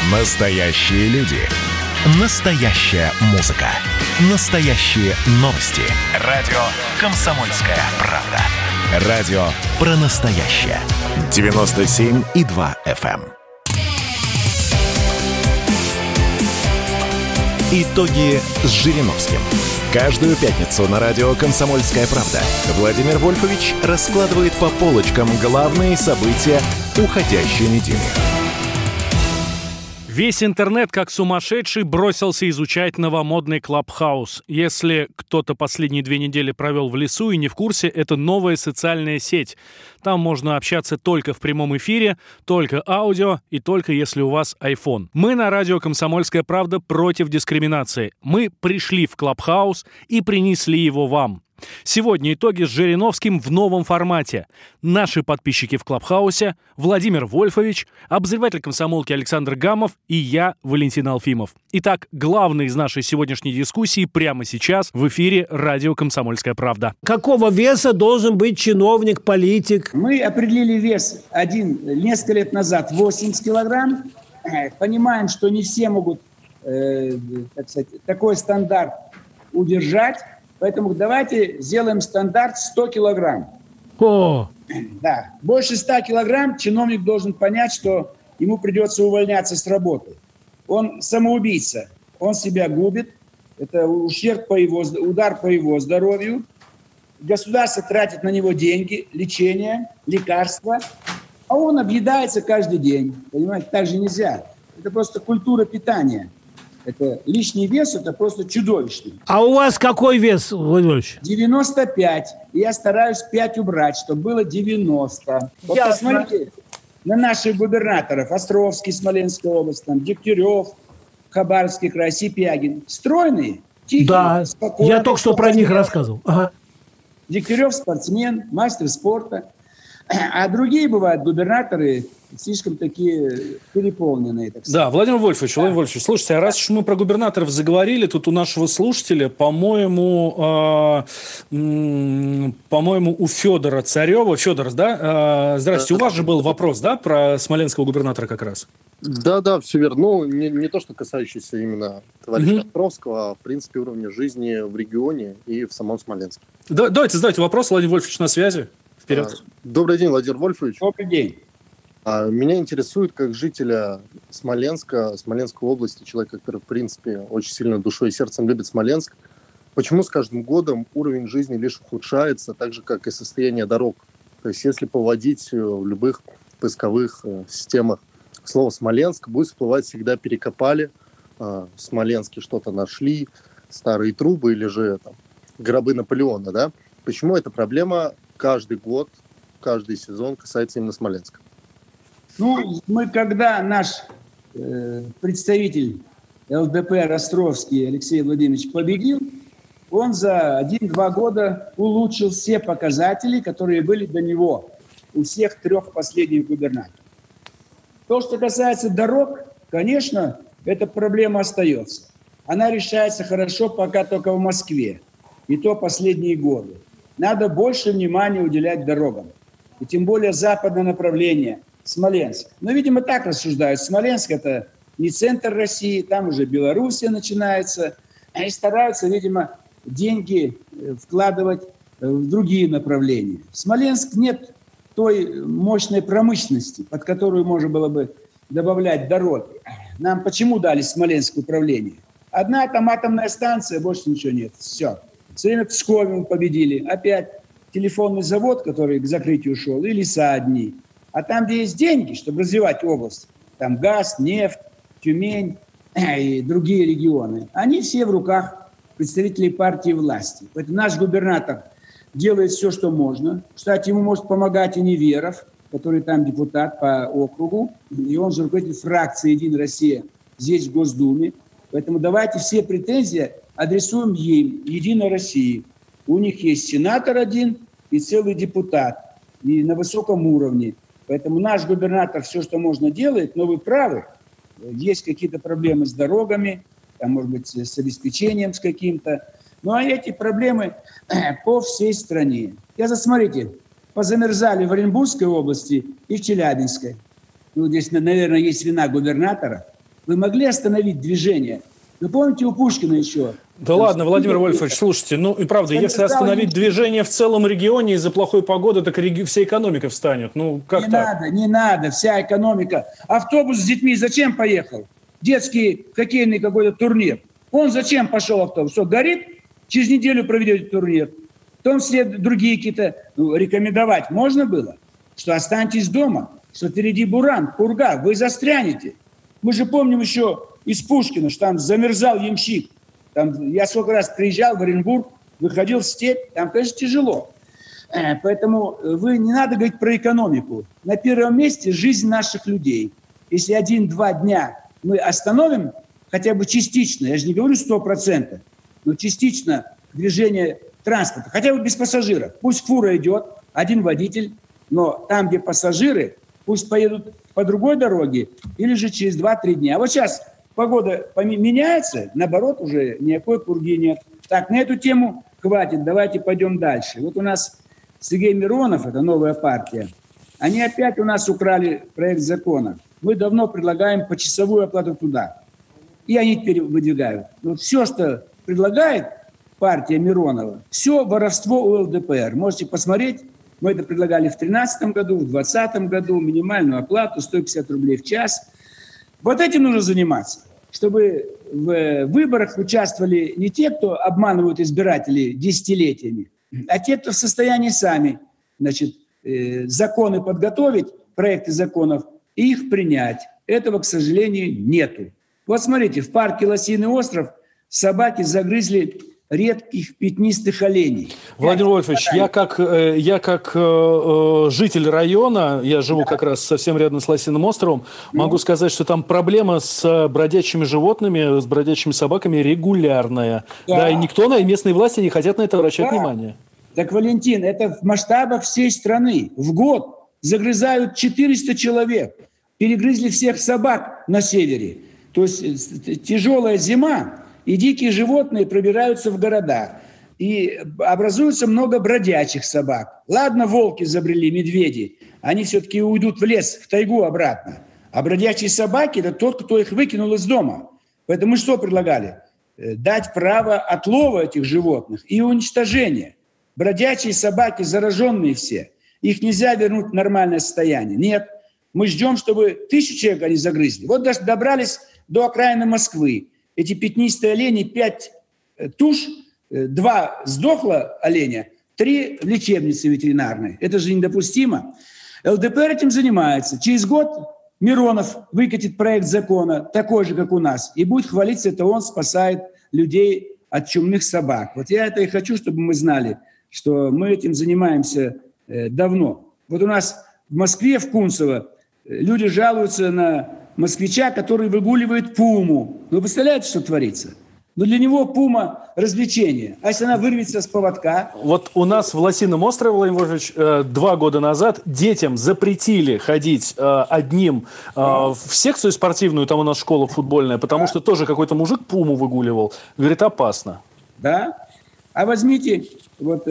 Настоящие люди. Настоящая музыка. Настоящие новости. Радио «Комсомольская правда». Радио про настоящее. 97,2 FM. Итоги с Жириновским. Каждую пятницу на радио «Комсомольская правда» Владимир Вольфович раскладывает по полочкам главные события уходящей недели. Весь интернет, как сумасшедший, бросился изучать новомодный Clubhouse. Если кто-то последние 2 недели провел в лесу и не в курсе, это новая социальная сеть. Там можно общаться только в прямом эфире, только аудио и только если у вас iPhone. Мы на радио «Комсомольская правда» против дискриминации. Мы пришли в Clubhouse и принесли его вам. Сегодня итоги с Жириновским в новом формате. Наши подписчики в Клабхаусе, Владимир Вольфович, обозреватель комсомолки Александр Гамов и я, Валентин Алфимов. Итак, главное из нашей сегодняшней дискуссии прямо сейчас в эфире радио «Комсомольская правда». Какого веса должен быть чиновник, политик? Мы определили вес несколько лет назад 80 килограмм. Понимаем, что не все могут такой стандарт удержать. Поэтому давайте сделаем стандарт 100 килограмм. О! Да. Больше 100 килограмм чиновник должен понять, что ему придется увольняться с работы. Он самоубийца. Он себя губит. Это удар по его здоровью. Государство тратит на него деньги, лечение, лекарства. А он объедается каждый день. Понимаете, так же нельзя. Это просто культура питания. Это лишний вес, это просто чудовищный. А у вас какой вес, Владимирович? 95. Я стараюсь 5 убрать, чтобы было 90. Вот посмотрите на наших губернаторов. Островский, Смоленская область, там, Дегтярев, Хабаровский край, Сипягин. Стройные, тихие, да, спокойные. Я только что про них рассказывал. Ага. Дегтярев спортсмен, мастер спорта. А другие бывают губернаторы слишком такие переполненные. Так сказать. Да, Владимир Вольфович, слушайте, а раз уж мы про губернаторов заговорили, тут у нашего слушателя, по-моему, у Федора Царева, Федор, да? Здрасте, у вас же был вопрос, да, про смоленского губернатора как раз? Да, все верно. Ну, не то, что касающееся именно товарища Островского, а, в принципе, уровня жизни в регионе и в самом Смоленске. Давайте задайте вопрос, Владимир Вольфович на связи. Вперед. Добрый день, Владимир Вольфович. Добрый день. Меня интересует, как жителя Смоленской области, человека, который, в принципе, очень сильно душой и сердцем любит Смоленск, почему с каждым годом уровень жизни лишь ухудшается, так же, как и состояние дорог. То есть, если поводить в любых поисковых системах слово «Смоленск», будет всплывать всегда «перекопали», в Смоленске что-то нашли, старые трубы или же там, гробы Наполеона, да? Почему эта проблема каждый год, каждый сезон касается именно Смоленска? Когда наш представитель ЛДПР Островский Алексей Владимирович победил, он за 1-2 года улучшил все показатели, которые были до него у всех 3 последних губернаторов. То, что касается дорог, конечно, эта проблема остается. Она решается хорошо пока только в Москве, и то последние годы. Надо больше внимания уделять дорогам. И тем более западное направление, Смоленск. Но, видимо, так рассуждают. Смоленск – это не центр России, там уже Белоруссия начинается. И стараются, видимо, деньги вкладывать в другие направления. В Смоленск нет той мощной промышленности, под которую можно было бы добавлять дороги. Нам почему дали Смоленское управление? Одна там атомная станция, больше ничего нет. Все. Все время в Пскове мы победили. Опять телефонный завод, который к закрытию ушел, и леса одни. А там, где есть деньги, чтобы развивать область, там газ, нефть, Тюмень и другие регионы, они все в руках представителей партии власти. Поэтому наш губернатор делает все, что можно. Кстати, ему может помогать и Неверов, который там депутат по округу, и он же руководитель фракции «Единая Россия» здесь, в Госдуме. Поэтому давайте все претензии адресуем им, «Единой России». У них есть сенатор один и целый депутат, и на высоком уровне. Поэтому наш губернатор все, что можно, делает, но вы правы. Есть какие-то проблемы с дорогами, там, может быть, с обеспечением с каким-то. Ну, а эти проблемы по всей стране. Смотрите, позамерзали в Оренбургской области и в Челябинской. Ну, здесь, наверное, есть вина губернатора. Вы могли остановить движение? Вы помните у Пушкина еще? Да ладно, Владимир Вольфович, слушайте, ну и правда, если остановить движение в целом регионе из-за плохой погоды, так вся экономика встанет. Ну, как так? Не надо, вся экономика. Автобус с детьми зачем поехал? Детский хоккейный какой-то турнир. Он зачем пошел автобус? Что, горит? Через неделю проведете турнир. Потом вслед другие какие-то... рекомендовать можно было? Что останьтесь дома, что впереди буран, пурга, вы застрянете. Мы же помним еще из Пушкина, что там замерзал ямщик. Там, я сколько раз приезжал в Оренбург, выходил в степь, там, конечно, тяжело. Поэтому вы не надо говорить про экономику. На первом месте жизнь наших людей. Если 1-2 дня мы остановим хотя бы частично, я же не говорю 100%, но частично движение транспорта, хотя бы без пассажиров. Пусть фура идет, один водитель, но там, где пассажиры, пусть поедут по другой дороге или же через 2-3 дня. А вот сейчас погода меняется, наоборот, уже никакой пурги нет. Так, на эту тему хватит, давайте пойдем дальше. Вот у нас Сергей Миронов, это новая партия, они опять у нас украли проект закона. Мы давно предлагаем почасовую оплату труда. И они теперь выдвигают. Вот все, что предлагает партия Миронова, все воровство у ЛДПР. Можете посмотреть. Мы это предлагали в 2013 году, в 2020 году, минимальную оплату 150 рублей в час. Вот этим нужно заниматься, чтобы в выборах участвовали не те, кто обманывают избирателей десятилетиями, а те, кто в состоянии сами, значит, законы подготовить, проекты законов, и их принять. Этого, к сожалению, нету. Вот смотрите, в парке Лосиный остров собаки загрызли редких пятнистых оленей. Владимир Вольфович, я как житель района, я живу как раз совсем рядом с Лосиным островом, могу сказать, что там проблема с бродячими животными, с бродячими собаками регулярная. Да, и никто, и местные власти не хотят на это обращать внимание. Так, Валентин, это в масштабах всей страны. В год загрызают 400 человек. Перегрызли всех собак на севере. То есть тяжелая зима, и дикие животные пробираются в города. И образуется много бродячих собак. Ладно, волки забрели, медведи. Они все-таки уйдут в лес, в тайгу обратно. А бродячие собаки – это тот, кто их выкинул из дома. Поэтому мы что предлагали? Дать право отлова этих животных и уничтожения. Бродячие собаки, зараженные все. Их нельзя вернуть в нормальное состояние. Нет. Мы ждем, чтобы 1000 человек они загрызли. Вот даже добрались до окраины Москвы. Эти пятнистые олени, 5 туш, 2 сдохло оленя, 3 в лечебнице ветеринарной. Это же недопустимо. ЛДПР этим занимается. Через год Миронов выкатит проект закона, такой же, как у нас, и будет хвалиться, это он спасает людей от чумных собак. Вот я это и хочу, чтобы мы знали, что мы этим занимаемся давно. Вот у нас в Москве, в Кунцево, люди жалуются на москвича, который выгуливает пуму. Вы представляете, что творится? Но для него пума – развлечение. А если она вырвется с поводка? Вот у нас в Лосином острове, Владимир Вольфович, 2 года назад детям запретили ходить одним в секцию спортивную, там у нас школа футбольная, потому что тоже какой-то мужик пуму выгуливал. Говорит, опасно. Да? А возьмите, вот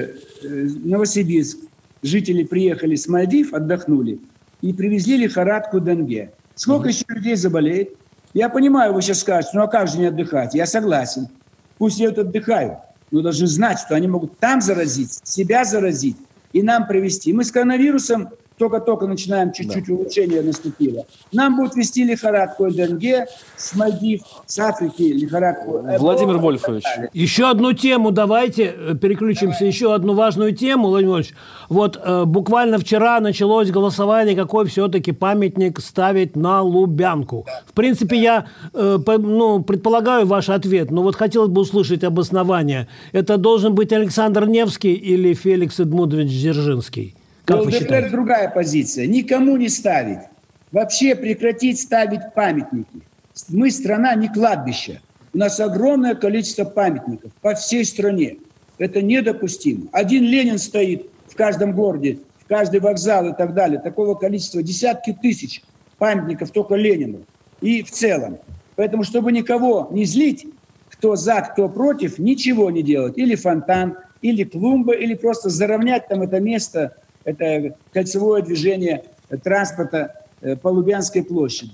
Новосибирск. Жители приехали с Мальдив, отдохнули, и привезли лихорадку Денге. Сколько еще людей заболеет? Я понимаю, вы сейчас скажете, ну а как же не отдыхать? Я согласен. Пусть едут отдыхают, но должны знать, что они могут там заразить, себя заразить и нам привести. Мы с коронавирусом только-только начинаем, чуть-чуть улучшение наступило. Нам будут вести лихорадку Денге с Мальдив, с Африки лихорадку. Владимир Вольфович. Еще одну тему давайте переключимся. Еще одну важную тему, Владимир Вольфович. Вот буквально вчера началось голосование, какой все-таки памятник ставить на Лубянку. В принципе, я предполагаю ваш ответ, но вот хотелось бы услышать обоснование. Это должен быть Александр Невский или Феликс Эдмундович Дзержинский? Как вы считаете? Другая позиция. Никому не ставить. Вообще прекратить ставить памятники. Мы страна не кладбище. У нас огромное количество памятников по всей стране. Это недопустимо. Один Ленин стоит в каждом городе, в каждый вокзал и так далее. Такого количества, десятки тысяч памятников только Ленину. И в целом. Поэтому, чтобы никого не злить, кто за, кто против, ничего не делать. Или фонтан, или клумба, или просто заровнять там это место, это кольцевое движение транспорта по Лубянской площади.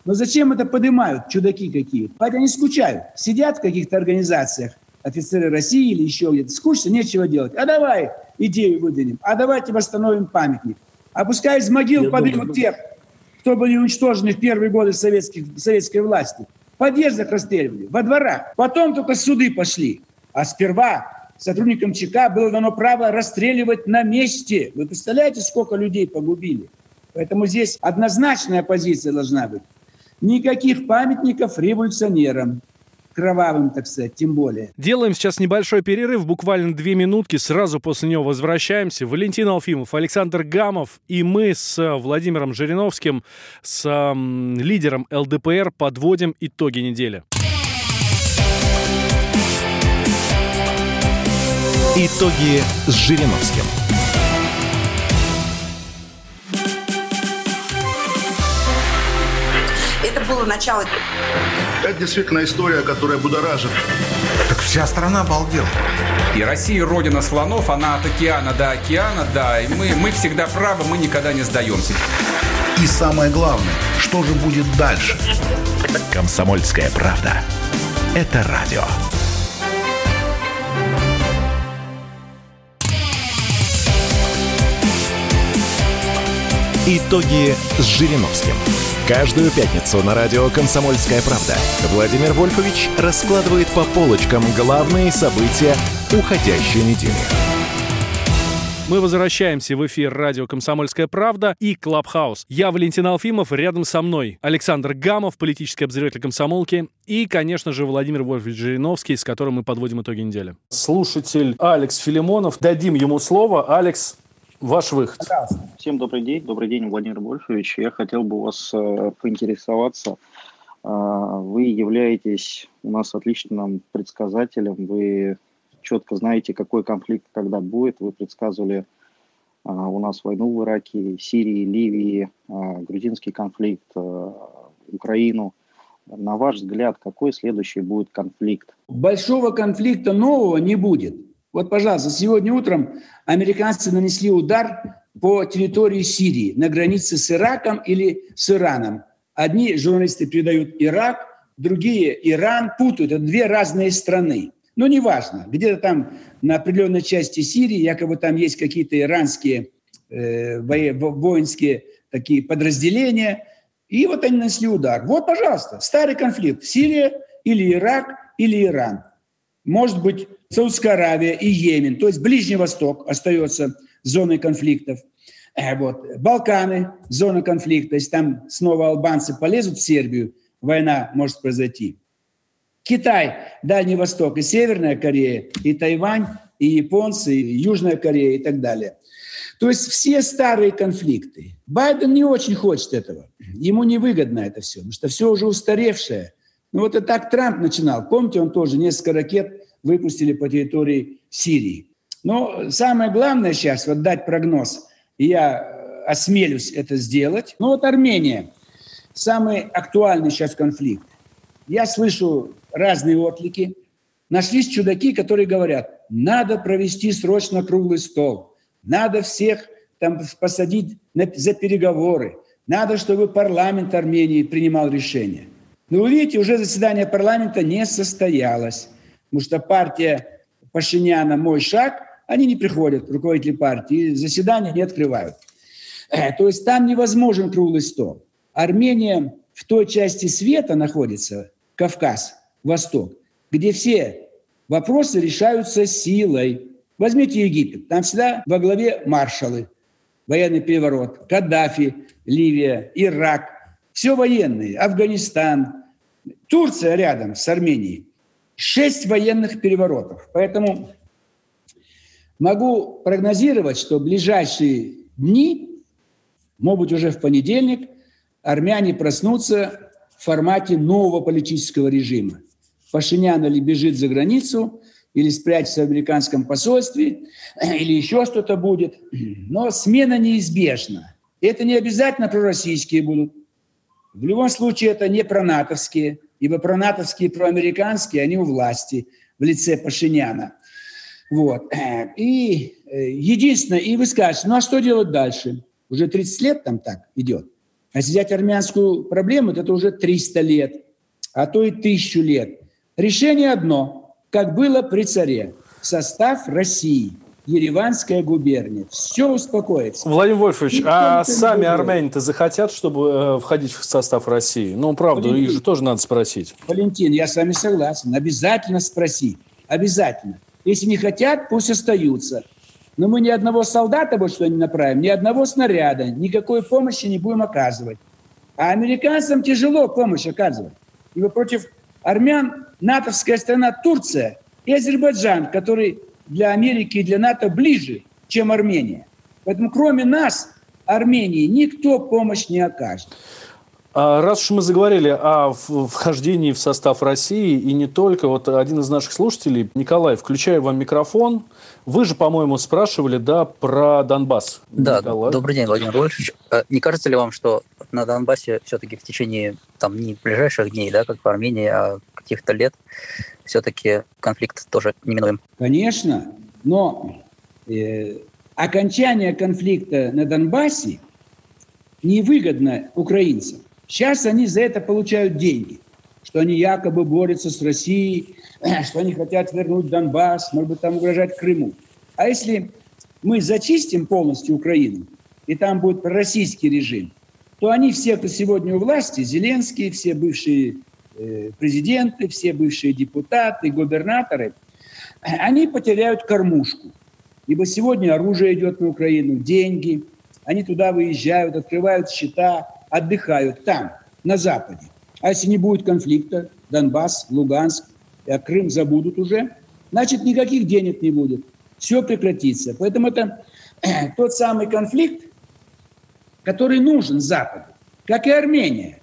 Но зачем это поднимают, чудаки какие? Поэтому они скучают. Сидят в каких-то организациях, офицеры России или еще где-то. Скучно, нечего делать. А давай идею выдвинем. А давайте восстановим памятник. А пускай из могил поднимут тех, кто были уничтожены в первые годы советской власти. В подъездах расстреливали, во дворах. Потом только суды пошли. А сперва сотрудникам ЧК было дано право расстреливать на месте. Вы представляете, сколько людей погубили? Поэтому здесь однозначная позиция должна быть. Никаких памятников революционерам. Кровавым, так сказать, тем более. Делаем сейчас небольшой перерыв, буквально 2 минутки. Сразу после него возвращаемся. Валентин Алфимов, Александр Гамов и мы с Владимиром Жириновским, с лидером ЛДПР подводим итоги недели. Итоги с Жириновским. Это было начало. Это действительно история, которая будоражит. Так вся страна обалдела. И Россия родина слонов, она от океана до океана, да. И мы всегда правы, мы никогда не сдаемся. И самое главное, что же будет дальше? «Комсомольская правда». Это радио. Итоги с Жириновским. Каждую пятницу на радио «Комсомольская правда» Владимир Вольфович раскладывает по полочкам главные события уходящей недели. Мы возвращаемся в эфир радио «Комсомольская правда» и «Клабхаус». Я Валентин Алфимов, рядом со мной Александр Гамов, политический обозреватель «Комсомолки», и, конечно же, Владимир Вольфович Жириновский, с которым мы подводим итоги недели. Слушатель Алекс Филимонов. Дадим ему слово. Алекс, ваш выход. Всем добрый день, Владимир Вольфович. Я хотел бы у вас поинтересоваться. Вы являетесь у нас отличным предсказателем, вы четко знаете, какой конфликт когда будет. Вы предсказывали у нас войну в Ираке, Сирии, Ливии, грузинский конфликт, Украину. На ваш взгляд, какой следующий будет конфликт? Большого конфликта нового не будет. Вот, пожалуйста, сегодня утром американцы нанесли удар по территории Сирии, на границе с Ираком или с Ираном. Одни журналисты передают Ирак, другие Иран, путают. Это 2 разные страны. Но неважно, где-то там на определенной части Сирии якобы там есть какие-то иранские воинские такие подразделения. И вот они нанесли удар. Вот, пожалуйста, старый конфликт. Сирия или Ирак или Иран. Может быть, Саудовская Аравия и Йемен. То есть Ближний Восток остается зоной конфликтов. Вот. Балканы – зона конфликта. Если там снова албанцы полезут в Сербию, война может произойти. Китай, Дальний Восток и Северная Корея, и Тайвань, и японцы, и Южная Корея и так далее. То есть все старые конфликты. Байден не очень хочет этого. Ему невыгодно это все, потому что все уже устаревшее. Ну вот и так Трамп начинал. Помните, он тоже несколько ракет выпустили по территории Сирии. Но самое главное сейчас, вот дать прогноз, и я осмелюсь это сделать. Ну вот Армения, самый актуальный сейчас конфликт. Я слышу разные отклики. Нашлись чудаки, которые говорят, надо провести срочно круглый стол, надо всех там посадить за переговоры, надо, чтобы парламент Армении принимал решение. Но вы видите, уже заседание парламента не состоялось, потому что партия Пашиняна «Мой шаг», они не приходят, руководители партии, заседания не открывают. То есть там невозможен круглый стол. Армения в той части света находится, Кавказ, Восток, где все вопросы решаются силой. Возьмите Египет, там всегда во главе маршалы, военный переворот, Каддафи, Ливия, Ирак, все военные, Афганистан, Турция рядом с Арменией. 6 военных переворотов. Поэтому могу прогнозировать, что в ближайшие дни, может быть уже в понедельник, армяне проснутся в формате нового политического режима. Пашинян или бежит за границу, или спрячется в американском посольстве, или еще что-то будет. Но смена неизбежна. Это не обязательно пророссийские будут. В любом случае это не пронатовские, ибо пронатовские и проамериканские, они у власти в лице Пашиняна. Вот. И единственное, и вы скажете, ну а что делать дальше? Уже 30 лет там так идет. А если взять армянскую проблему, то это уже 300 лет, а то и 1000 лет. Решение одно, как было при царе. Состав России, Ереванская губерния. Все успокоится. Владимир Вольфович, а сами армяне-то захотят, чтобы входить в состав России? Ну, правда, их же тоже надо спросить. Валентин, я с вами согласен. Обязательно спроси. Обязательно. Если не хотят, пусть остаются. Но мы ни одного солдата больше туда не направим, ни одного снаряда, никакой помощи не будем оказывать. А американцам тяжело помощь оказывать. Ибо против армян натовская страна Турция и Азербайджан, который для Америки и для НАТО ближе, чем Армения. Поэтому кроме нас, Армении, никто помощь не окажет. Раз уж мы заговорили о вхождении в состав России, и не только, вот один из наших слушателей, Николай, включаю вам микрофон. Вы же, по-моему, спрашивали, да, про Донбасс. Да, Николай. Добрый день, Владимир Вольфович. Не кажется ли вам, что на Донбассе все-таки в течение не ближайших дней, да, как в Армении, а каких-то лет, все-таки конфликт тоже неминуем? Конечно, но окончание конфликта на Донбассе невыгодно украинцам. Сейчас они за это получают деньги, что они якобы борются с Россией, что они хотят вернуть Донбасс, может быть, там угрожать Крыму. А если мы зачистим полностью Украину, и там будет пророссийский режим, то они все, кто сегодня у власти, Зеленский, все бывшие президенты, все бывшие депутаты, губернаторы, они потеряют кормушку. Ибо сегодня оружие идет на Украину, деньги, они туда выезжают, открывают счета, отдыхают там, на Западе. А если не будет конфликта, Донбасс, Луганск, Крым забудут уже, значит, никаких денег не будет. Все прекратится. Поэтому это тот самый конфликт, который нужен Западу, как и Армения.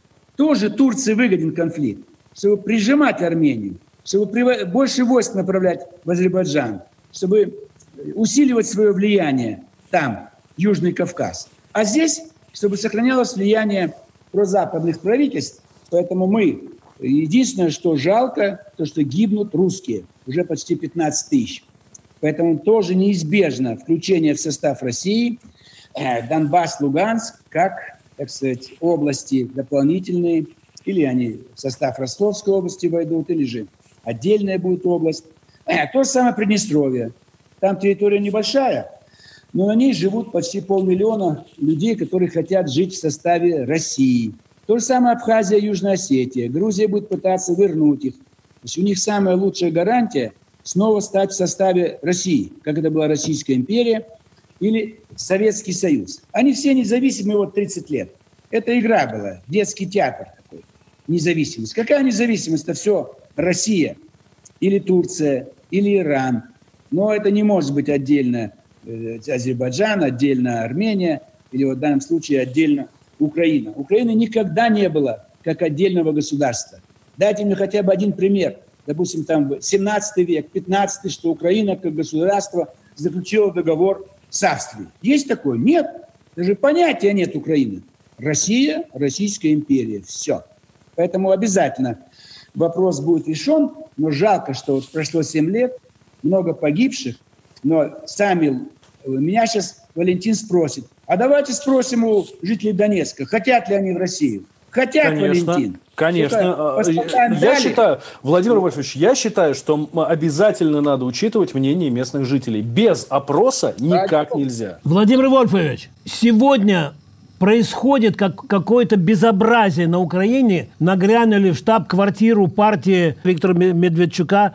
Тоже Турции выгоден конфликт, чтобы прижимать Армению, чтобы больше войск направлять в Азербайджан, чтобы усиливать свое влияние там, Южный Кавказ. А здесь, чтобы сохранялось влияние прозападных правительств. Поэтому мы, единственное, что жалко, то, что гибнут русские, уже почти 15 тысяч. Поэтому тоже неизбежно включение в состав России, Донбасс, Луганск, как, так сказать, области дополнительные, или они в состав Ростовской области войдут, или же отдельная будет область. То же самое Приднестровье. Там территория небольшая, но на ней живут почти 500 000 людей, которые хотят жить в составе России. То же самое Абхазия, Южная Осетия. Грузия будет пытаться вернуть их. То есть у них самая лучшая гарантия снова стать в составе России, как это была Российская империя или Советский Союз. Они все независимые 30 лет. Это игра была, детский театр такой, независимость. Какая независимость? Это все Россия или Турция, или Иран. Но это не может быть отдельно Азербайджан, отдельно Армения, или в данном случае отдельно Украина. Украины никогда не было как отдельного государства. Дайте мне хотя бы один пример. Допустим, там 17 век, 15, что Украина как государство заключила договор с Австрией. Есть такое? Нет. Даже понятия нет Украины. Россия, Российская империя. Все. Поэтому обязательно вопрос будет решен, но жалко, что прошло 7 лет, много погибших, но сами... Меня сейчас Валентин спросит, а давайте спросим у жителей Донецка, хотят ли они в Россию. Хотят, конечно, Валентин? Конечно. Я считаю, Владимир Вольфович, я считаю, что обязательно надо учитывать мнение местных жителей. Без опроса никак нельзя. Владимир Вольфович, сегодня происходит какое-то безобразие на Украине. Нагрянули в штаб-квартиру партии Виктора Медведчука,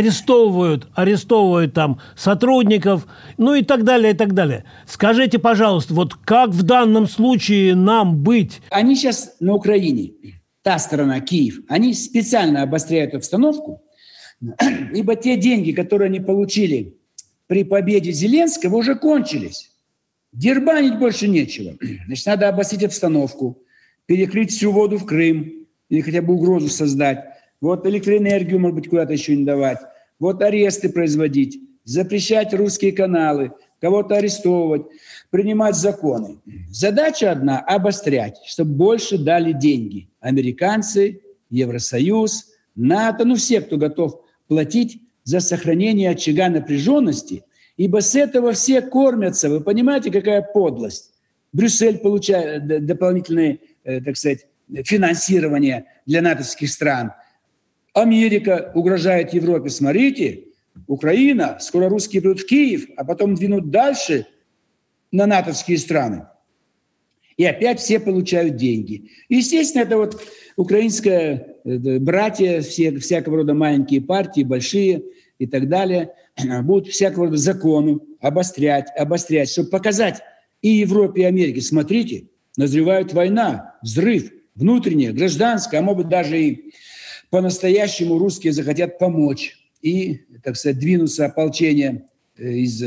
арестовывают там сотрудников, и так далее, и так далее. Скажите, пожалуйста, как в данном случае нам быть? Они сейчас на Украине, та сторона, Киев, они специально обостряют обстановку, ибо те деньги, которые они получили при победе Зеленского, уже кончились. Дербанить больше нечего. Значит, надо обострить обстановку, перекрыть всю воду в Крым или хотя бы угрозу создать. Электроэнергию, может быть, куда-то еще не давать. Аресты производить, запрещать русские каналы, кого-то арестовывать, принимать законы. Задача одна – обострять, чтобы больше дали деньги. Американцы, Евросоюз, НАТО, все, кто готов платить за сохранение очага напряженности. Ибо с этого все кормятся. Вы понимаете, какая подлость? Брюссель получает дополнительные, так сказать, финансирование для натовских стран. Америка угрожает Европе. Смотрите, Украина, скоро русские придут в Киев, а потом двинут дальше на натовские страны. И опять все получают деньги. Естественно, это вот украинское братья, все всякого рода маленькие партии, большие и так далее, будут всякого рода законы обострять, чтобы показать и Европе, и Америке. Смотрите, назревает война, взрыв, внутренняя, гражданская, а может быть даже и по-настоящему русские захотят помочь и, так сказать, двинуться ополчение из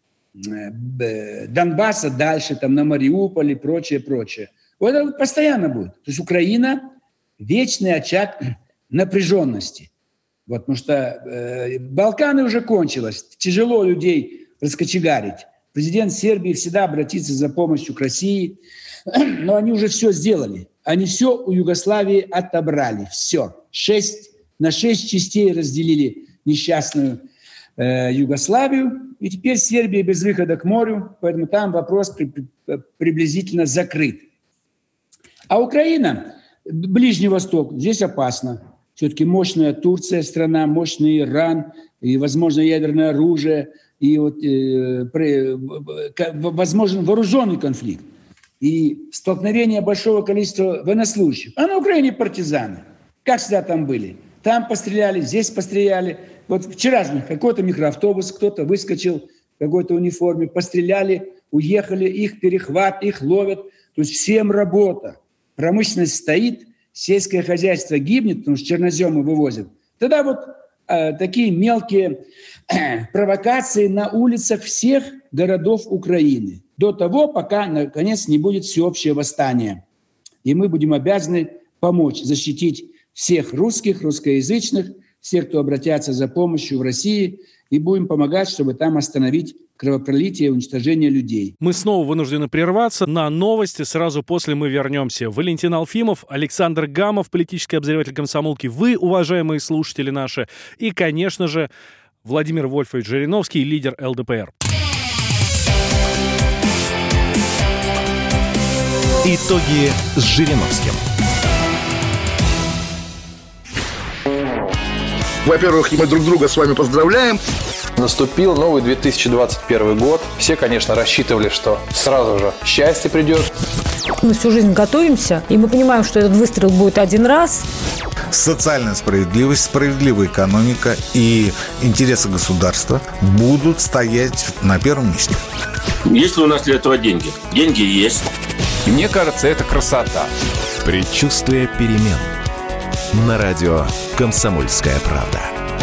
Донбасса дальше, там, на Мариуполь и прочее. Вот это постоянно будет. То есть Украина – вечный очаг напряженности. Вот, потому что Балканы уже кончилось. Тяжело людей раскочегарить. Президент Сербии всегда обратится за помощью к России. Но они уже все сделали. Они все у Югославии отобрали. Все. На 6 частей разделили несчастную Югославию. И теперь Сербия без выхода к морю. Поэтому там вопрос приблизительно закрыт. А Украина, Ближний Восток, здесь опасно. Все-таки мощная Турция страна, мощный Иран, и, возможно, ядерное оружие, и вот, возможен вооруженный конфликт. И столкновение большого количества военнослужащих. А на Украине партизаны. Как всегда там были. Там постреляли, здесь постреляли. Вот вчера же какой-то микроавтобус, кто-то выскочил в какой-то униформе, постреляли, уехали, их перехват, их ловят. То есть всем работа. Промышленность стоит, сельское хозяйство гибнет, потому что черноземы вывозят. Тогда вот такие мелкие провокации на улицах всех городов Украины. До того, пока, наконец, не будет всеобщее восстание. И мы будем обязаны помочь защитить всех русских, русскоязычных, всех, кто обратятся за помощью в России, и будем помогать, чтобы там остановить кровопролитие и уничтожение людей. Мы снова вынуждены прерваться на новости. Сразу после мы вернемся. Валентин Алфимов, Александр Гамов, политический обозреватель «Комсомолки», вы, уважаемые слушатели наши, и, конечно же, Владимир Вольфович Жириновский, лидер ЛДПР. Итоги с Жириновским. Во-первых, мы друг друга с вами поздравляем. Наступил новый 2021 год. Все, конечно, рассчитывали, что сразу же счастье придет. Мы всю жизнь готовимся, и мы понимаем, что этот выстрел будет один раз. Социальная справедливость, справедливая экономика и интересы государства будут стоять на первом месте. Есть ли у нас для этого деньги? Деньги есть. Мне кажется, это красота. Предчувствие перемен. На радио «Комсомольская правда».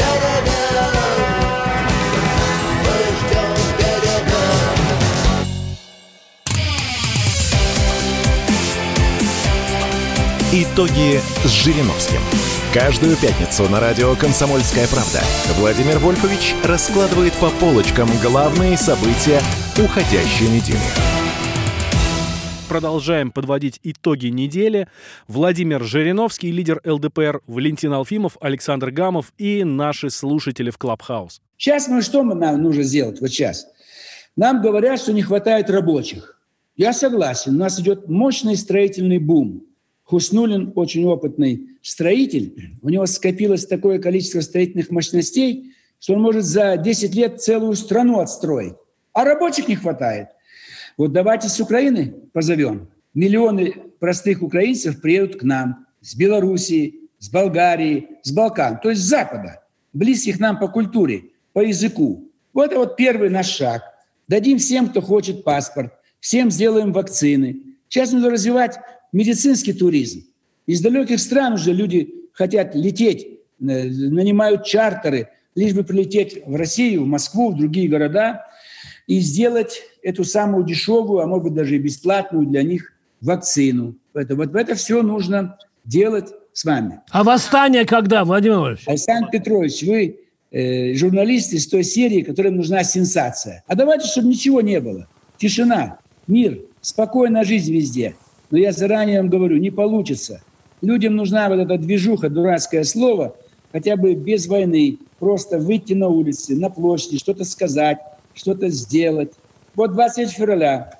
Итоги с Жириновским. Каждую пятницу на радио «Комсомольская правда» Владимир Вольфович раскладывает по полочкам главные события уходящей недели. Продолжаем подводить итоги недели. Владимир Жириновский, лидер ЛДПР, Валентин Алфимов, Александр Гамов и наши слушатели в Клабхаус. Сейчас нам нужно сделать? Вот сейчас. Нам говорят, что не хватает рабочих. Я согласен. У нас идет мощный строительный бум. Хуснуллин очень опытный строитель. У него скопилось такое количество строительных мощностей, что он может за 10 лет целую страну отстроить. А рабочих не хватает. Вот давайте с Украины позовем. Миллионы простых украинцев приедут к нам с Белоруссии, с Болгарии, с Балкан, то есть с Запада, близких нам по культуре, по языку. Вот это вот первый наш шаг. Дадим всем, кто хочет паспорт, всем сделаем вакцины. Сейчас нужно развивать медицинский туризм. Из далеких стран уже люди хотят лететь, нанимают чартеры, лишь бы прилететь в Россию, в Москву, в другие города и сделать эту самую дешевую, а может быть даже и бесплатную для них вакцину. Вот это все нужно делать с вами. А восстание когда, Владимир Владимирович? Александр Петрович, вы журналист из той серии, которым нужна сенсация. А давайте, чтобы ничего не было. Тишина, мир, спокойная жизнь везде. Но я заранее вам говорю, не получится. Людям нужна вот эта движуха, дурацкое слово, хотя бы без войны. Просто выйти на улицы, на площади, что-то сказать, что-то сделать. Вот 23 февраля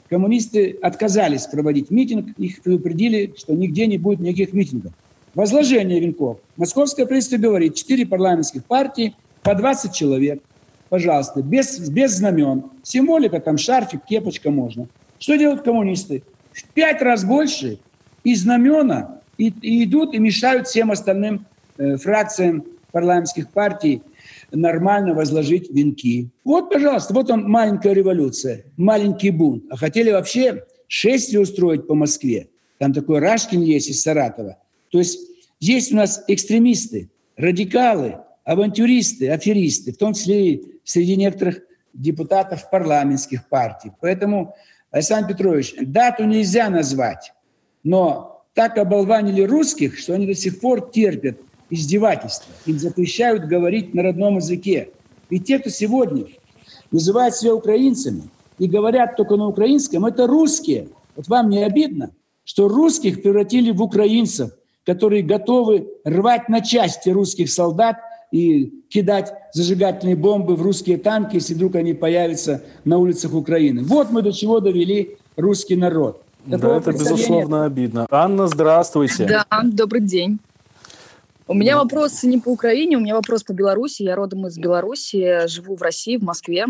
коммунисты отказались проводить митинг, их предупредили, что нигде не будет никаких митингов. Возложение венков. Московское правительство говорит, 4 парламентских партии, по 20 человек, пожалуйста, без знамен. Символика, там шарфик, кепочка можно. Что делают коммунисты? В 5 раз больше и знамена, и идут и мешают всем остальным фракциям парламентских партий нормально возложить венки. Вот, пожалуйста, вот он, маленькая революция, маленький бунт. А хотели вообще шествие устроить по Москве. Там такой Рашкин есть из Саратова. То есть есть у нас экстремисты, радикалы, авантюристы, аферисты, в том числе и среди некоторых депутатов парламентских партий. Поэтому, Александр Петрович, дату нельзя назвать, но так оболванили русских, что они до сих пор терпят издевательства. Им запрещают говорить на родном языке. И те, кто сегодня называют себя украинцами и говорят только на украинском, это русские. Вот вам не обидно, что русских превратили в украинцев, которые готовы рвать на части русских солдат и кидать зажигательные бомбы в русские танки, если вдруг они появятся на улицах Украины. Вот мы до чего довели русский народ. Да, это безусловно обидно. Анна, здравствуйте. Да, добрый день. У меня вопрос не по Украине, у меня вопрос по Беларуси. Я родом из Беларуси, живу в России, в Москве.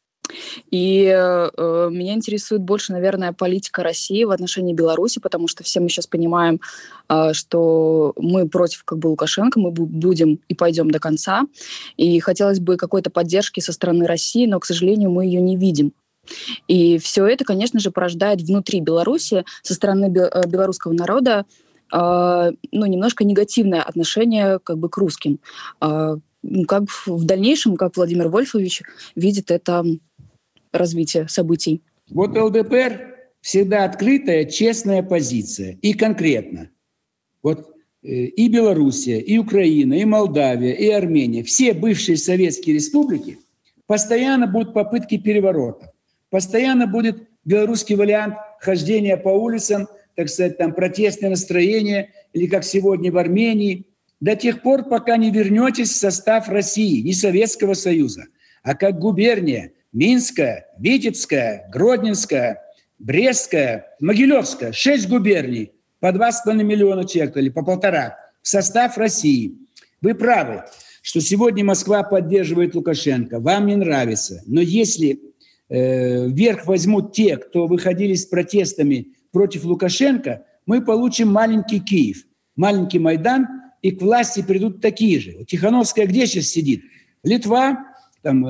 И меня интересует больше, наверное, политика России в отношении Беларуси, потому что все мы сейчас понимаем, что мы против Лукашенко, мы будем и пойдем до конца. И хотелось бы какой-то поддержки со стороны России, но, к сожалению, мы ее не видим. И все это, конечно же, порождает внутри Беларуси со стороны белорусского народа немножко негативное отношение к русским. Как в дальнейшем, как Владимир Вольфович видит это развитие событий? Вот ЛДПР всегда открытая, честная позиция. И конкретно. Вот и Белоруссия, и Украина, и Молдавия, и Армения, все бывшие советские республики, постоянно будут попытки переворота. Постоянно будет белорусский вариант хождения по улицам, так сказать, там протестное настроение, или как сегодня в Армении, до тех пор, пока не вернетесь в состав России, не Советского Союза, а как губерния Минская, Витебская, Гродненская, Брестская, Могилевская, 6 губерний, по 2,5 миллиона человек или по 1,5 в состав России. Вы правы, что сегодня Москва поддерживает Лукашенко, вам не нравится, но если вверх возьмут те, кто выходили с протестами против Лукашенко, мы получим маленький Киев, маленький Майдан, и к власти придут такие же. Тихановская где сейчас сидит? Литва, там,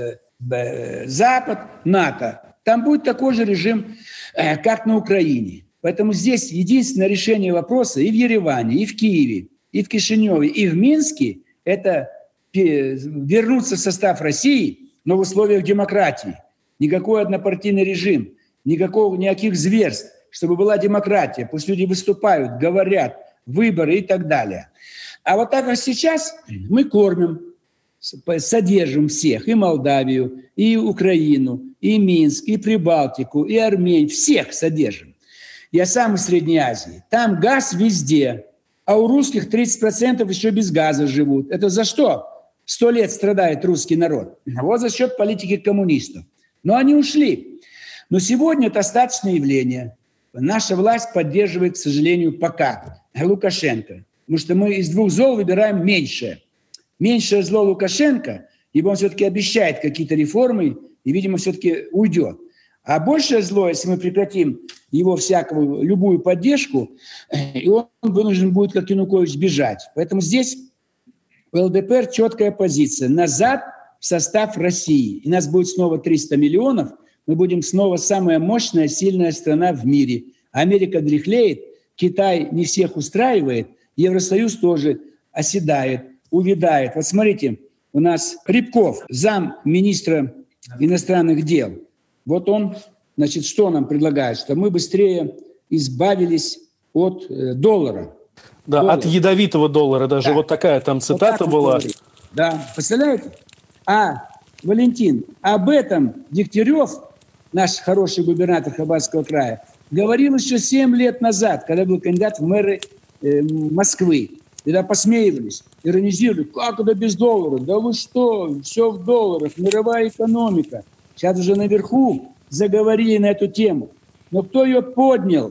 Запад, НАТО. Там будет такой же режим, как на Украине. Поэтому здесь единственное решение вопроса и в Ереване, и в Киеве, и в Кишиневе, и в Минске – это вернуться в состав России, но в условиях демократии. Никакой однопартийный режим, никаких зверств, чтобы была демократия. Пусть люди выступают, говорят, выборы и так далее. А вот так как сейчас мы кормим, содержим всех, и Молдавию, и Украину, и Минск, и Прибалтику, и Армению, всех содержим. Я сам из Средней Азии. Там газ везде, а у русских 30% еще без газа живут. Это за что 100 лет страдает русский народ? Вот за счет политики коммунистов. Но они ушли. Но сегодня это остаточное явление. Наша власть поддерживает, к сожалению, пока Лукашенко. Потому что мы из двух зол выбираем меньшее. Меньшее зло Лукашенко, ибо он все-таки обещает какие-то реформы и, видимо, все-таки уйдет. А большее зло, если мы прекратим его любую поддержку, и он вынужден будет, как Янукович, бежать. Поэтому здесь у ЛДПР четкая позиция. Назад в состав России. И нас будет снова 300 миллионов. Мы будем снова самая мощная, сильная страна в мире. Америка дряхлеет, Китай не всех устраивает, Евросоюз тоже оседает, увядает. Вот смотрите, у нас Рябков, замминистра иностранных дел. Вот он, значит, что нам предлагает? Что мы быстрее избавились от доллара. Да, доллар. От ядовитого доллара даже. Да. Вот такая там цитата вот была. Говорит. Да, представляете? Валентин, об этом Дегтярев, наш хороший губернатор Хабаровского края, говорил еще 7 лет назад, когда был кандидат в мэры Москвы. Тогда посмеивались, иронизировали. Как это без доллара? Да вы что? Все в долларах, мировая экономика. Сейчас уже наверху заговорили на эту тему. Но кто ее поднял?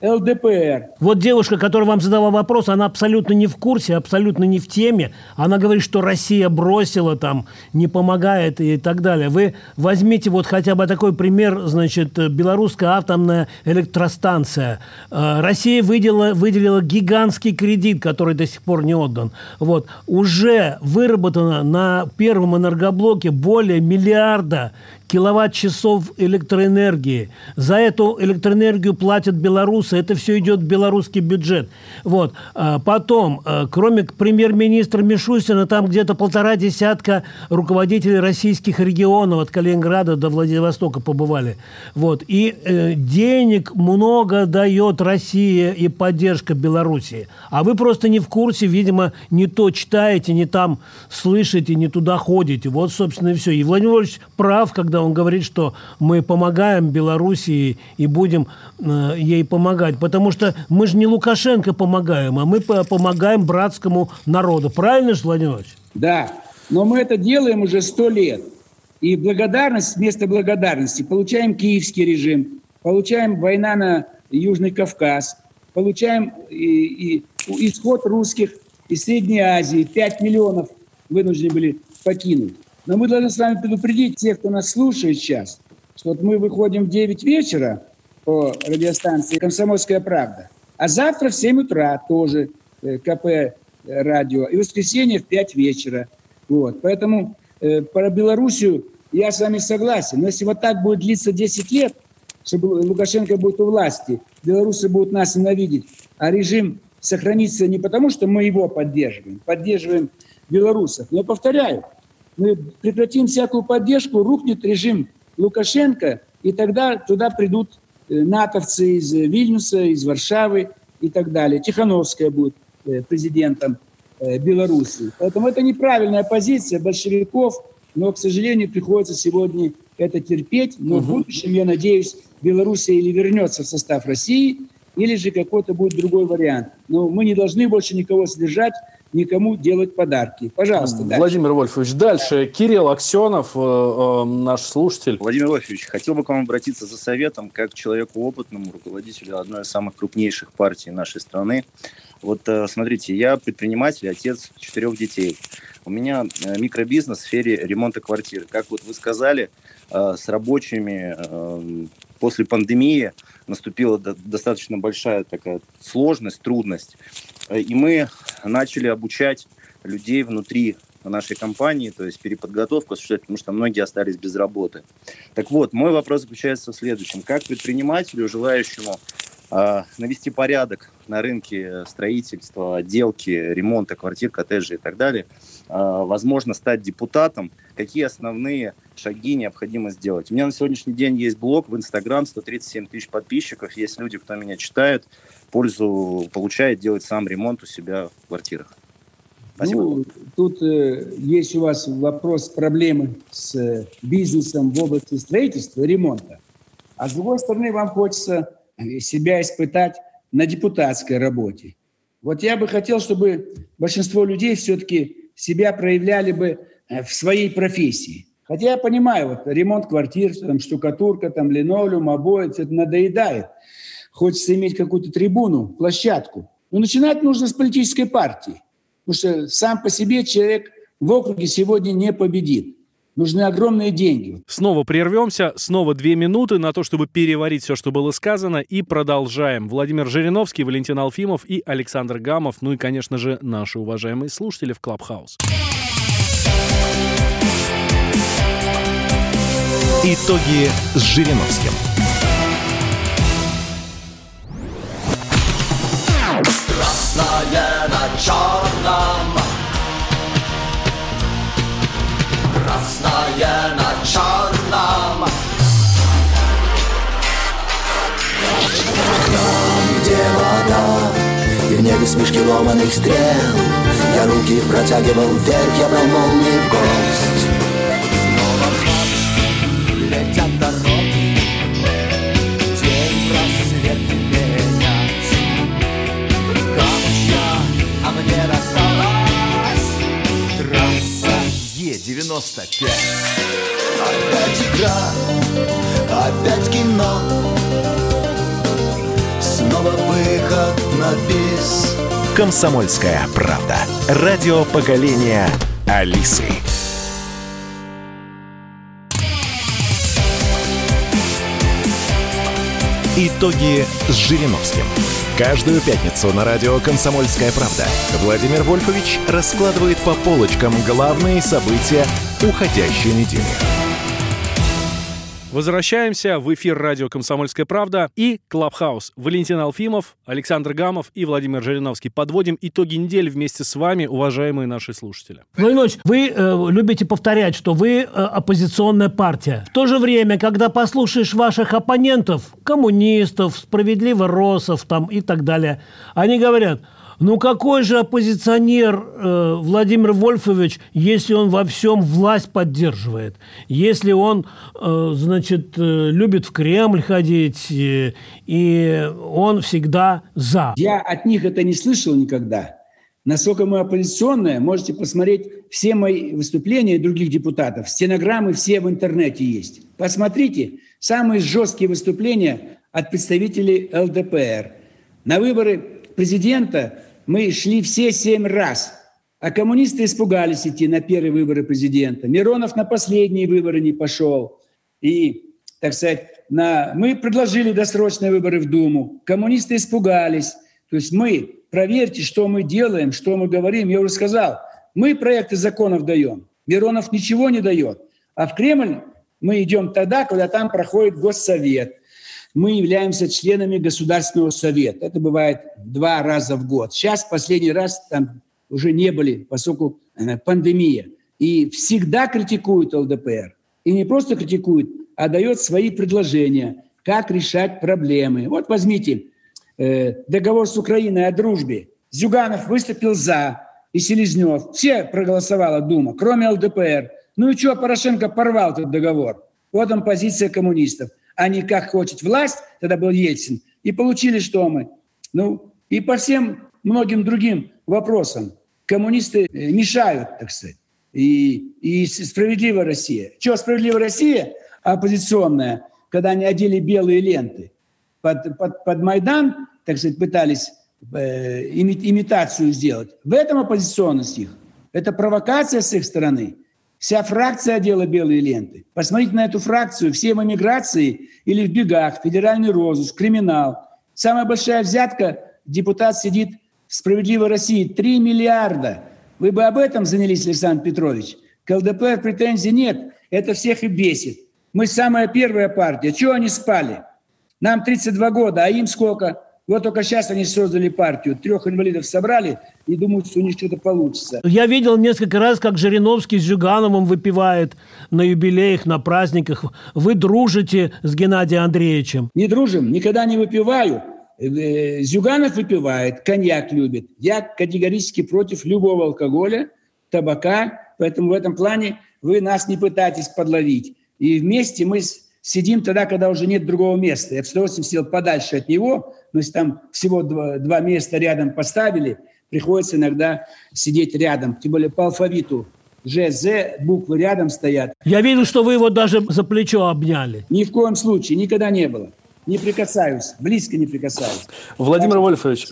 ЛДПР. Вот девушка, которая вам задала вопрос, она абсолютно не в курсе, абсолютно не в теме. Она говорит, что Россия бросила там, не помогает и так далее. Вы возьмите вот хотя бы такой пример, значит, белорусская атомная электростанция. Россия выделила гигантский кредит, который до сих пор не отдан. Вот. Уже выработано на первом энергоблоке более миллиарда киловатт-часов электроэнергии. За эту электроэнергию платят белорусы. Это все идет в белорусский бюджет. Вот. Потом, кроме премьер-министра Мишустина, там где-то 1,5 десятка руководителей российских регионов от Калининграда до Владивостока побывали. Вот. И денег много дает Россия и поддержка Белоруссии. А вы просто не в курсе, видимо, не то читаете, не там слышите, не туда ходите. Вот, собственно, и все. И Владимир Владимирович прав, когда он говорит, что мы помогаем Белоруссии и будем ей помогать. Потому что мы же не Лукашенко помогаем, а мы помогаем братскому народу. Правильно же, Владимир Владимирович? Да, но мы это делаем уже 100 лет. И благодарность вместо благодарности получаем киевский режим, получаем война на Южный Кавказ, получаем и исход русских из Средней Азии. 5 миллионов вынуждены были покинуть. Но мы должны с вами предупредить тех, кто нас слушает сейчас, что вот мы выходим в 9 вечера по радиостанции «Комсомольская правда», а завтра в 7 утра тоже КП радио, и в воскресенье в 5 вечера. Вот. Поэтому про Белоруссию я с вами согласен. Но если вот так будет длиться 10 лет, что Лукашенко будет у власти, белорусы будут нас ненавидеть, а режим сохранится не потому, что мы его поддерживаем белорусов. Но, повторяю, мы прекратим всякую поддержку, рухнет режим Лукашенко, и тогда туда придут натовцы из Вильнюса, из Варшавы и так далее. Тихановская будет президентом Беларуси. Поэтому это неправильная позиция большевиков, но, к сожалению, приходится сегодня это терпеть. Но в будущем, я надеюсь, Белоруссия или вернется в состав России, или же какой-то будет другой вариант. Но мы не должны больше никого содержать, никому делать подарки. Пожалуйста, дальше. Владимир Вольфович, дальше. Кирилл Аксенов, наш слушатель. Владимир Вольфович, хотел бы к вам обратиться за советом, как человеку опытному, руководителю одной из самых крупнейших партий нашей страны. Вот смотрите, я предприниматель, отец 4 детей. У меня микробизнес в сфере ремонта квартир. Как вот вы сказали, с рабочими после пандемии наступила достаточно большая такая сложность, трудность. И мы начали обучать людей внутри нашей компании, то есть переподготовку осуществлять, потому что многие остались без работы. Так вот, мой вопрос заключается в следующем. Как предпринимателю, желающему навести порядок на рынке строительства, отделки, ремонта квартир, коттеджей и так далее, возможно стать депутатом, какие основные шаги необходимо сделать? У меня на сегодняшний день есть блог в Инстаграм, 137 тысяч подписчиков, есть люди, кто меня читает, пользу получает, делает сам ремонт у себя в квартирах. Спасибо. Ну, тут есть у вас вопрос, проблемы с бизнесом в области строительства и ремонта. А с другой стороны, вам хочется себя испытать на депутатской работе. Вот я бы хотел, чтобы большинство людей все-таки себя проявляли бы в своей профессии. Хотя я понимаю, вот ремонт квартир, там штукатурка, там линолеум, обои, это надоедает. Хочется иметь какую-то трибуну, площадку. Но начинать нужно с политической партии. Потому что сам по себе человек в округе сегодня не победит. Нужны огромные деньги. Снова прервемся, снова 2 минуты на то, чтобы переварить все, что было сказано, и продолжаем. Владимир Жириновский, Валентин Алфимов и Александр Гамов, ну и, конечно же, наши уважаемые слушатели в Клабхаус. Итоги с Жириновским. Красное на черном. Красное на черном. Там, где вода, и в небе смешки ломаных стрел, я руки протягивал вверх, я брал молнии в гость. Снова в ночь летят дороги, день рассветы менять. Камча, а мне досталась трасса Е90. 95. Опять игра, опять кино, снова выход на бис. «Комсомольская правда». Радио поколения Алисы. Итоги с Жириновским. Каждую пятницу на радио «Комсомольская правда» Владимир Вольфович раскладывает по полочкам главные события уходящей недели. Возвращаемся в эфир радио «Комсомольская правда» и «Клабхаус». Валентин Алфимов, Александр Гамов и Владимир Жириновский. Подводим итоги недели вместе с вами, уважаемые наши слушатели. Владимир Ильич, вы любите повторять, что вы оппозиционная партия. В то же время, когда послушаешь ваших оппонентов, коммунистов, справедливоросов там, и так далее, они говорят... Ну какой же оппозиционер Владимир Вольфович, если он во всем власть поддерживает, если он, любит в Кремль ходить, и он всегда за? Я от них это не слышал никогда. Насколько мы оппозиционные, можете посмотреть все мои выступления других депутатов. Стенограммы все в интернете есть. Посмотрите самые жесткие выступления от представителей ЛДПР. На выборы президента мы шли все 7 раз, а коммунисты испугались идти на первые выборы президента. Миронов на последние выборы не пошел. И, так сказать, мы предложили досрочные выборы в Думу. Коммунисты испугались. То есть проверьте, что мы делаем, что мы говорим. Я уже сказал, мы проекты законов даем. Миронов ничего не дает. А в Кремль мы идем тогда, когда там проходит Госсовет. Мы являемся членами Государственного совета. Это бывает 2 раза в год. Сейчас последний раз там уже не были, поскольку пандемия. И всегда критикуют ЛДПР. И не просто критикуют, а дает свои предложения, как решать проблемы. Вот возьмите договор с Украиной о дружбе. Зюганов выступил за, и Селезнев. Все проголосовала Дума, кроме ЛДПР. Ну и что, Порошенко порвал этот договор. Вот он позиция коммунистов. Они как хочет власть, тогда был Ельцин, и получили, что мы. Ну, и по всем многим другим вопросам коммунисты мешают, так сказать. И «Справедливая Россия». Что «Справедливая Россия» оппозиционная, когда они одели белые ленты под Майдан, так сказать, пытались имитацию сделать. В этом оппозиционность их. Это провокация с их стороны. Вся фракция одела белые ленты. Посмотрите на эту фракцию. Все в эмиграции или в бегах, федеральный розыск, криминал. Самая большая взятка, депутат сидит в «Справедливой России» 3 миллиарда. Вы бы об этом занялись, Александр Петрович. К ЛДПР претензий нет. Это всех и бесит. Мы самая первая партия. Чего они спали? Нам 32 года, а им сколько? Вот только сейчас они создали партию. 3 инвалидов собрали и думают, что у них что-то получится. Я видел несколько раз, как Жириновский с Зюгановым выпивает на юбилеях, на праздниках. Вы дружите с Геннадием Андреевичем? Не дружим, никогда не выпиваю. Зюганов выпивает, коньяк любит. Я категорически против любого алкоголя, табака. Поэтому в этом плане вы нас не пытайтесь подловить. И вместе мы сидим тогда, когда уже нет другого места. Я с удовольствием сидел подальше от него, но если там всего 2 места рядом поставили, приходится иногда сидеть рядом. Тем более по алфавиту Ж, З, буквы рядом стоят. Я видел, что вы его даже за плечо обняли. Ни в коем случае, никогда не было. Не прикасаюсь, близко не прикасаюсь. Владимир Вольфович,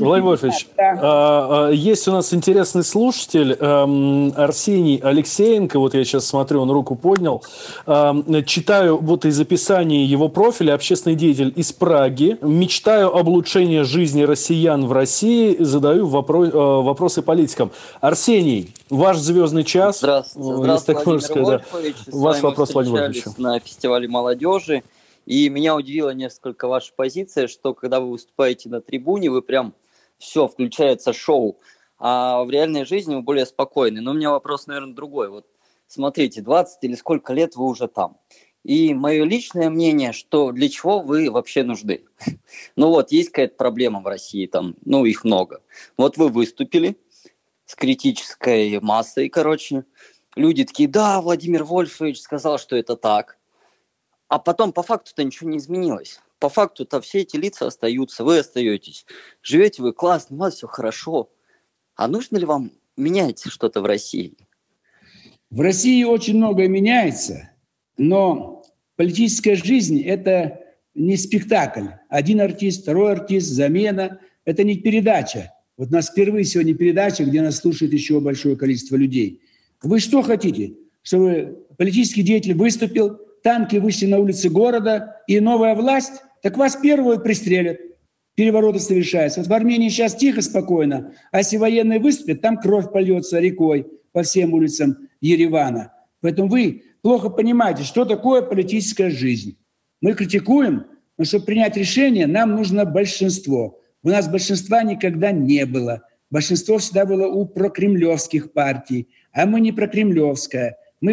есть у нас интересный слушатель, Арсений Алексеенко, вот я сейчас смотрю, он руку поднял. Читаю вот из описания его профиля: общественный деятель из Праги. Мечтаю об улучшении жизни россиян в России, задаю вопросы политикам. Арсений, ваш звездный час. Здравствуйте, Владимир Вольфович. Ваш вопрос, Владимир Вольфович. На фестивале молодежи. И меня удивила несколько ваша позиция, что когда вы выступаете на трибуне, вы прям все, включается шоу, а в реальной жизни вы более спокойны. Но у меня вопрос, наверное, другой. Вот смотрите, 20 или сколько лет вы уже там. И мое личное мнение, что для чего вы вообще нужны? Ну вот, есть какая-то проблема в России, там, ну их много. Вот вы выступили с критической массой, короче. Люди такие: да, Владимир Вольфович сказал, что это так. А потом по факту-то ничего не изменилось. По факту-то все эти лица остаются, вы остаетесь. Живете вы классно, у вас все хорошо. А нужно ли вам менять что-то в России? В России очень многое меняется, но политическая жизнь – это не спектакль. Один артист, второй артист, замена – это не передача. Вот у нас впервые сегодня передача, где нас слушает еще большое количество людей. Вы что хотите? Чтобы политический деятель выступил, танки вышли на улицы города, и новая власть, так вас первого пристрелят. Перевороты совершаются. Вот в Армении сейчас тихо, спокойно, а если военные выступят, там кровь польется рекой по всем улицам Еревана. Поэтому вы плохо понимаете, что такое политическая жизнь. Мы критикуем, но чтобы принять решение, нам нужно большинство. У нас большинства никогда не было. Большинство всегда было у прокремлевских партий, а мы не прокремлевская, мы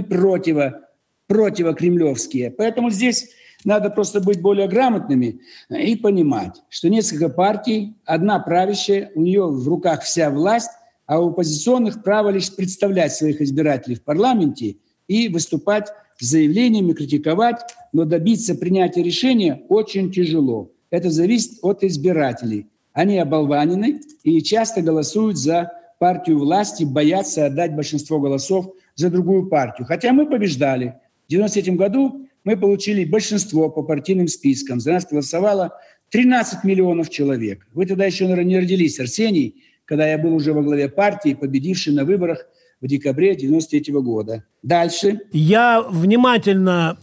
противокремлевские. Поэтому здесь надо просто быть более грамотными и понимать, что несколько партий, одна правящая, у нее в руках вся власть, а у оппозиционных право лишь представлять своих избирателей в парламенте и выступать с заявлениями, критиковать, но добиться принятия решения очень тяжело. Это зависит от избирателей. Они оболванены и часто голосуют за партию власти, боятся отдать большинство голосов за другую партию. Хотя мы побеждали. В 1993 году мы получили большинство по партийным спискам. За нас голосовало 13 миллионов человек. Вы тогда еще, наверное, не родились, Арсений, когда я был уже во главе партии, победивший на выборах в декабре 1993 года. Дальше. Я внимательно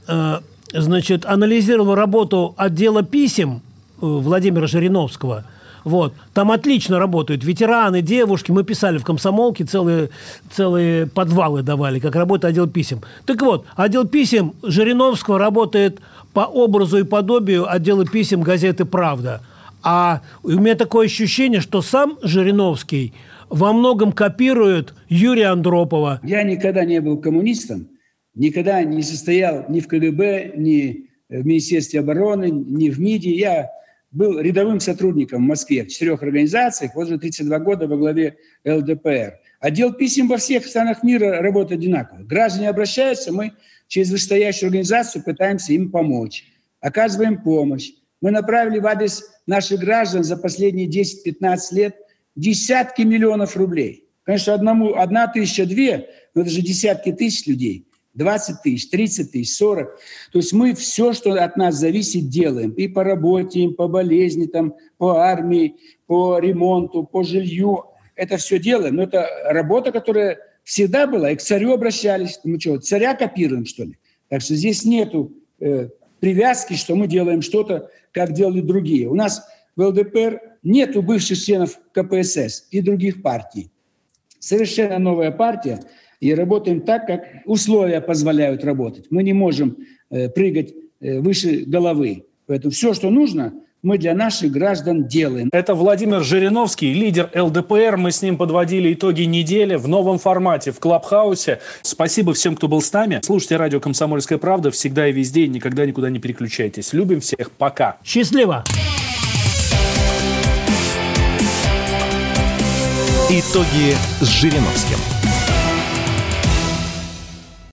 анализировал работу отдела писем Владимира Жириновского. Вот. Там отлично работают ветераны, девушки. Мы писали в «Комсомолке», целые подвалы давали, как работает отдел писем. Так вот, отдел писем Жириновского работает по образу и подобию отдела писем газеты «Правда». А у меня такое ощущение, что сам Жириновский во многом копирует Юрия Андропова. Я никогда не был коммунистом, никогда не состоял ни в КГБ, ни в Министерстве обороны, ни в МИДе. Я был рядовым сотрудником в Москве в 4 организациях, вот уже 32 года во главе ЛДПР. Отдел писем во всех странах мира работает одинаково. Граждане обращаются, мы через вышестоящую организацию пытаемся им помочь, оказываем помощь. Мы направили в адрес наших граждан за последние 10-15 лет десятки миллионов рублей. Конечно, одна тысяча, две, но это же десятки тысяч людей. 20 тысяч, 30 тысяч, 40. То есть мы все, что от нас зависит, делаем. И по работе, и по болезни, там, по армии, по ремонту, по жилью. Это все делаем. Но это работа, которая всегда была. И к царю обращались. Мы что, царя копируем, что ли? Так что здесь нету привязки, что мы делаем что-то, как делали другие. У нас в ЛДПР нету бывших членов КПСС и других партий. Совершенно новая партия. И работаем так, как условия позволяют работать. Мы не можем прыгать выше головы. Поэтому все, что нужно, мы для наших граждан делаем. Это Владимир Жириновский, лидер ЛДПР. Мы с ним подводили итоги недели в новом формате, в Клабхаусе. Спасибо всем, кто был с нами. Слушайте радио «Комсомольская правда» всегда и везде. Никогда никуда не переключайтесь. Любим всех. Пока. Счастливо. Итоги с Жириновским.